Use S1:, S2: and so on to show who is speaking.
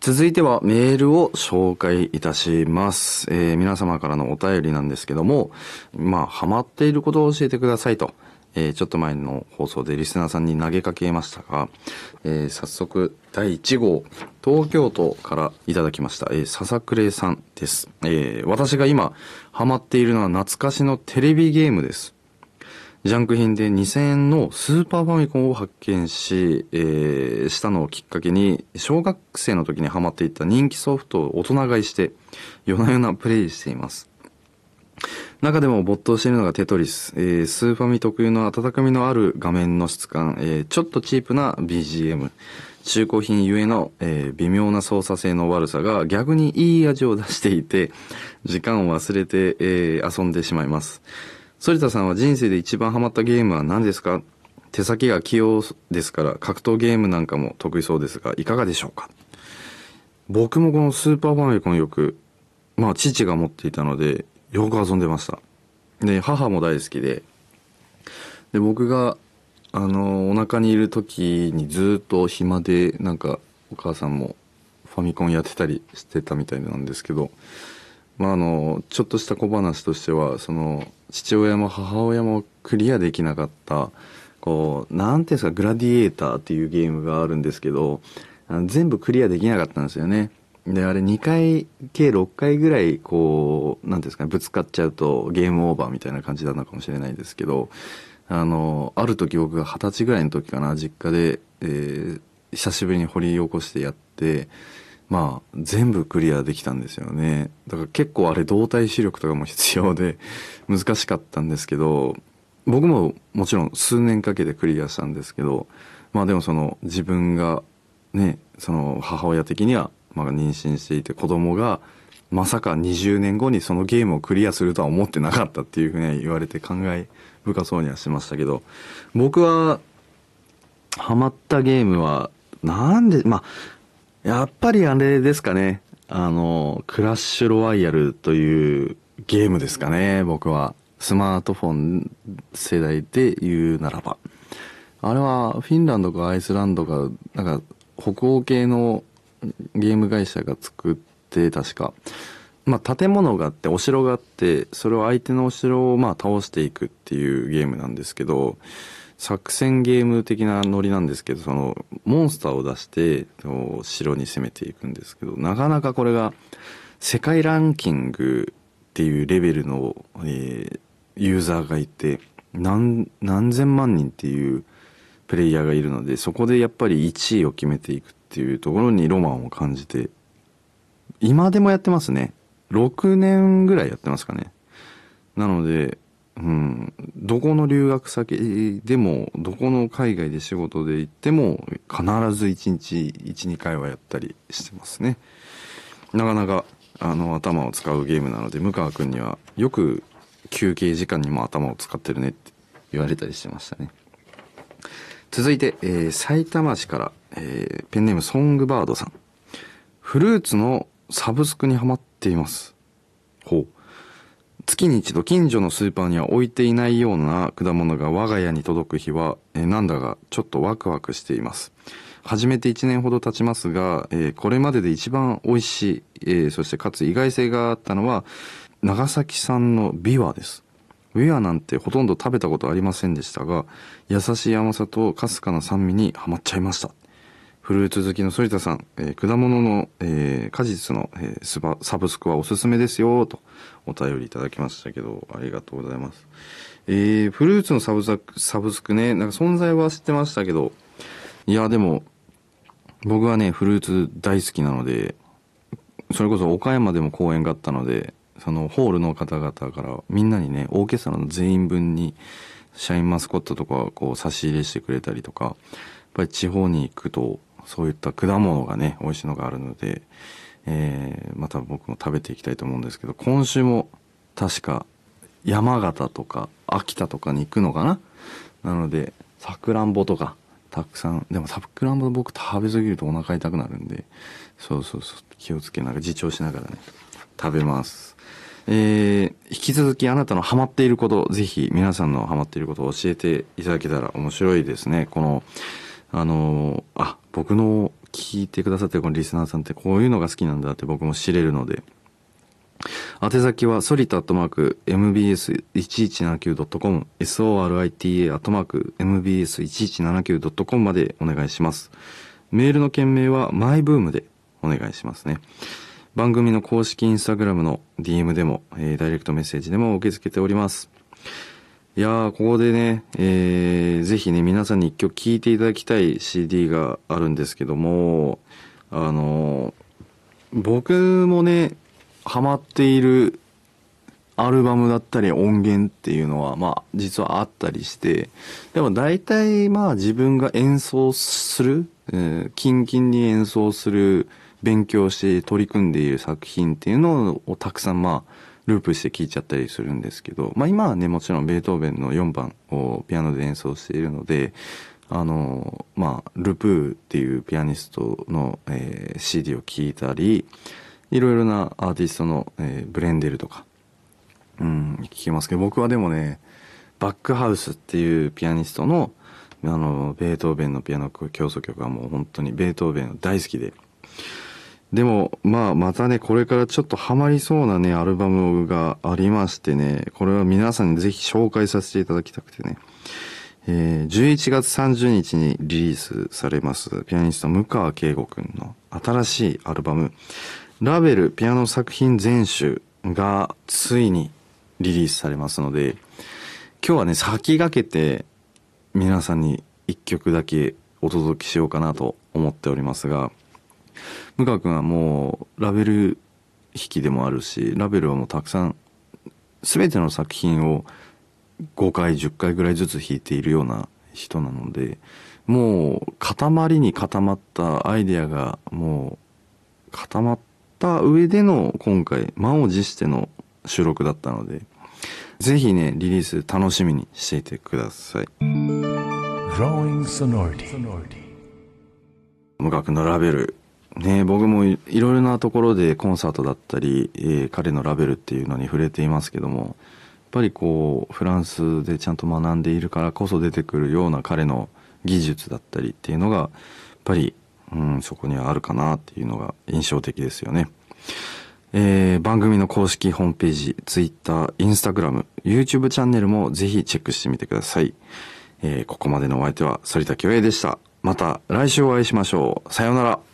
S1: 続いてはメールを紹介いたします。皆様からのお便りなんですけども、ハマっていることを教えてくださいと、ちょっと前の放送でリスナーさんに投げかけましたが、早速第1号、東京都からいただきました、笹倉さんです。私が今ハマっているのは懐かしのテレビゲームです。ジャンク品で2000円のスーパーファミコンを発見し、したのをきっかけに、小学生の時にハマっていた人気ソフトを大人買いして、夜な夜なプレイしています。中でも没頭しているのがテトリス、スーファミ特有の温かみのある画面の質感、ちょっとチープな BGM、中古品ゆえの、微妙な操作性の悪さが逆にいい味を出していて、時間を忘れて、遊んでしまいます。反田さんは人生で一番ハマったゲームは何ですか？手先が器用ですから格闘ゲームなんかも得意そうですがいかがでしょうか？僕もこのスーパーファミコンよく、父が持っていたのでよく遊んでました。で、母も大好きで、僕がお腹にいる時にずっと暇でお母さんもファミコンやってたりしてたみたいなんですけど、ちょっとした小話としては、父親も母親もクリアできなかったなんていうんですか、グラディエーターっていうゲームがあるんですけど、全部クリアできなかったんですよね。で、あれ2回計6回ぐらいなんていうんですかね、ぶつかっちゃうとゲームオーバーみたいな感じなのかもしれないですけど、ある時僕が20歳ぐらいの時かな、実家で、久しぶりに掘り起こしてやって、全部クリアできたんですよね。だから結構あれ動体視力とかも必要で難しかったんですけど、僕ももちろん数年かけてクリアしたんですけど、でも自分がね、母親的には妊娠していて子供がまさか20年後にそのゲームをクリアするとは思ってなかったっていうふうに言われて感慨深そうにはしましたけど、僕はハマったゲームはやっぱりあれですかね。クラッシュロワイヤルというゲームですかね。僕は。スマートフォン世代で言うならば。あれはフィンランドかアイスランドか、北欧系のゲーム会社が作って確か。建物があってお城があって、それを相手のお城を倒していくっていうゲームなんですけど、作戦ゲーム的なノリなんですけど、モンスターを出して城に攻めていくんですけど、なかなかこれが世界ランキングっていうレベルの、ユーザーがいて、何千万人っていうプレイヤーがいるので、そこでやっぱり1位を決めていくっていうところにロマンを感じて、今でもやってますね。6年ぐらいやってますかね。なので、どこの留学先でもどこの海外で仕事で行っても必ず1日 1,2 回はやったりしてますね。なかなか頭を使うゲームなので、向川くんにはよく休憩時間にも頭を使ってるねって言われたりしてましたね。続いて、埼玉市から、ペンネームソングバードさん。フルーツのサブスクにハマっています。ほう。月に一度近所のスーパーには置いていないような果物が我が家に届く日は、なんだかちょっとワクワクしています。始めて1年ほど経ちますが、これまでで一番美味しい、そしてかつ意外性があったのは長崎産のビワです。ビワなんてほとんど食べたことありませんでしたが、優しい甘さとかすかな酸味にはまっちゃいました。フルーツ好きの反田さん、果物の、果実の、サブスクはおすすめですよとお便りいただきましたけど、ありがとうございます。フルーツのサブスクね、存在は知ってましたけど、いやでも僕はねフルーツ大好きなので、それこそ岡山でも公演があったので、そのホールの方々からみんなにね、オーケストラの全員分にシャインマスコットとか差し入れしてくれたりとか、やっぱり地方に行くとそういった果物がね美味しいのがあるので、また僕も食べていきたいと思うんですけど、今週も確か山形とか秋田とかに行くのかな。なのでさくらんぼとかたくさん、でもさくらんぼ僕食べ過ぎるとお腹痛くなるんで、そう気をつけ自重しながらね食べます。引き続きあなたのハマっていること、ぜひ皆さんのハマっていることを教えていただけたら面白いですね。僕の聞いてくださってるこのリスナーさんってこういうのが好きなんだって僕も知れるので、宛先はsolita@mbs1179.com、sorita@mbs1179.com までお願いします。メールの件名はマイブームでお願いしますね。番組の公式インスタグラムの DM でも、ダイレクトメッセージでも受け付けております。いやー、ここでね、ぜひね、皆さんに一曲聴いていただきたい CD があるんですけども、僕もね、ハマっているアルバムだったり音源っていうのは、まあ、実はあったりして、でも大体、まあ、自分が演奏する、キンキンに演奏する、勉強して取り組んでいる作品っていうのをたくさん、まあ、ループして聴いちゃったりするんですけど、まあ今はね、もちろんベートーベンの4番をピアノで演奏しているので、まあ、ルプーっていうピアニストの、CD を聴いたり、いろいろなアーティストの、ブレンデルとか、聴きますけど、僕はでもね、バックハウスっていうピアニストの、ベートーベンのピアノ協奏曲はもう本当にベートーベン大好きで、でも、まあ、またね、これからちょっとハマりそうなね、アルバムがありましてね、これは皆さんにぜひ紹介させていただきたくてね、11月30日にリリースされます、ピアニスト向川圭吾くんの新しいアルバム、ラベルピアノ作品全集がついにリリースされますので、今日はね、先駆けて皆さんに一曲だけお届けしようかなと思っておりますが、向川くんはもうラベル弾きでもあるし、ラベルはもうたくさん全ての作品を5回10回ぐらいずつ弾いているような人なので、もう塊に固まったアイデアがもう固まった上での今回満を持しての収録だったので、ぜひねリリース楽しみにしていてください。向川くんのラベルね、僕もいろいろなところでコンサートだったり、彼のラベルっていうのに触れていますけども、やっぱりこうフランスでちゃんと学んでいるからこそ出てくるような彼の技術だったりっていうのがやっぱり、そこにはあるかなっていうのが印象的ですよね。番組の公式ホームページ、Twitter、Instagram、YouTube チャンネルもぜひチェックしてみてください。ここまでのお相手は反田恭平でした。また来週お会いしましょう。さようなら。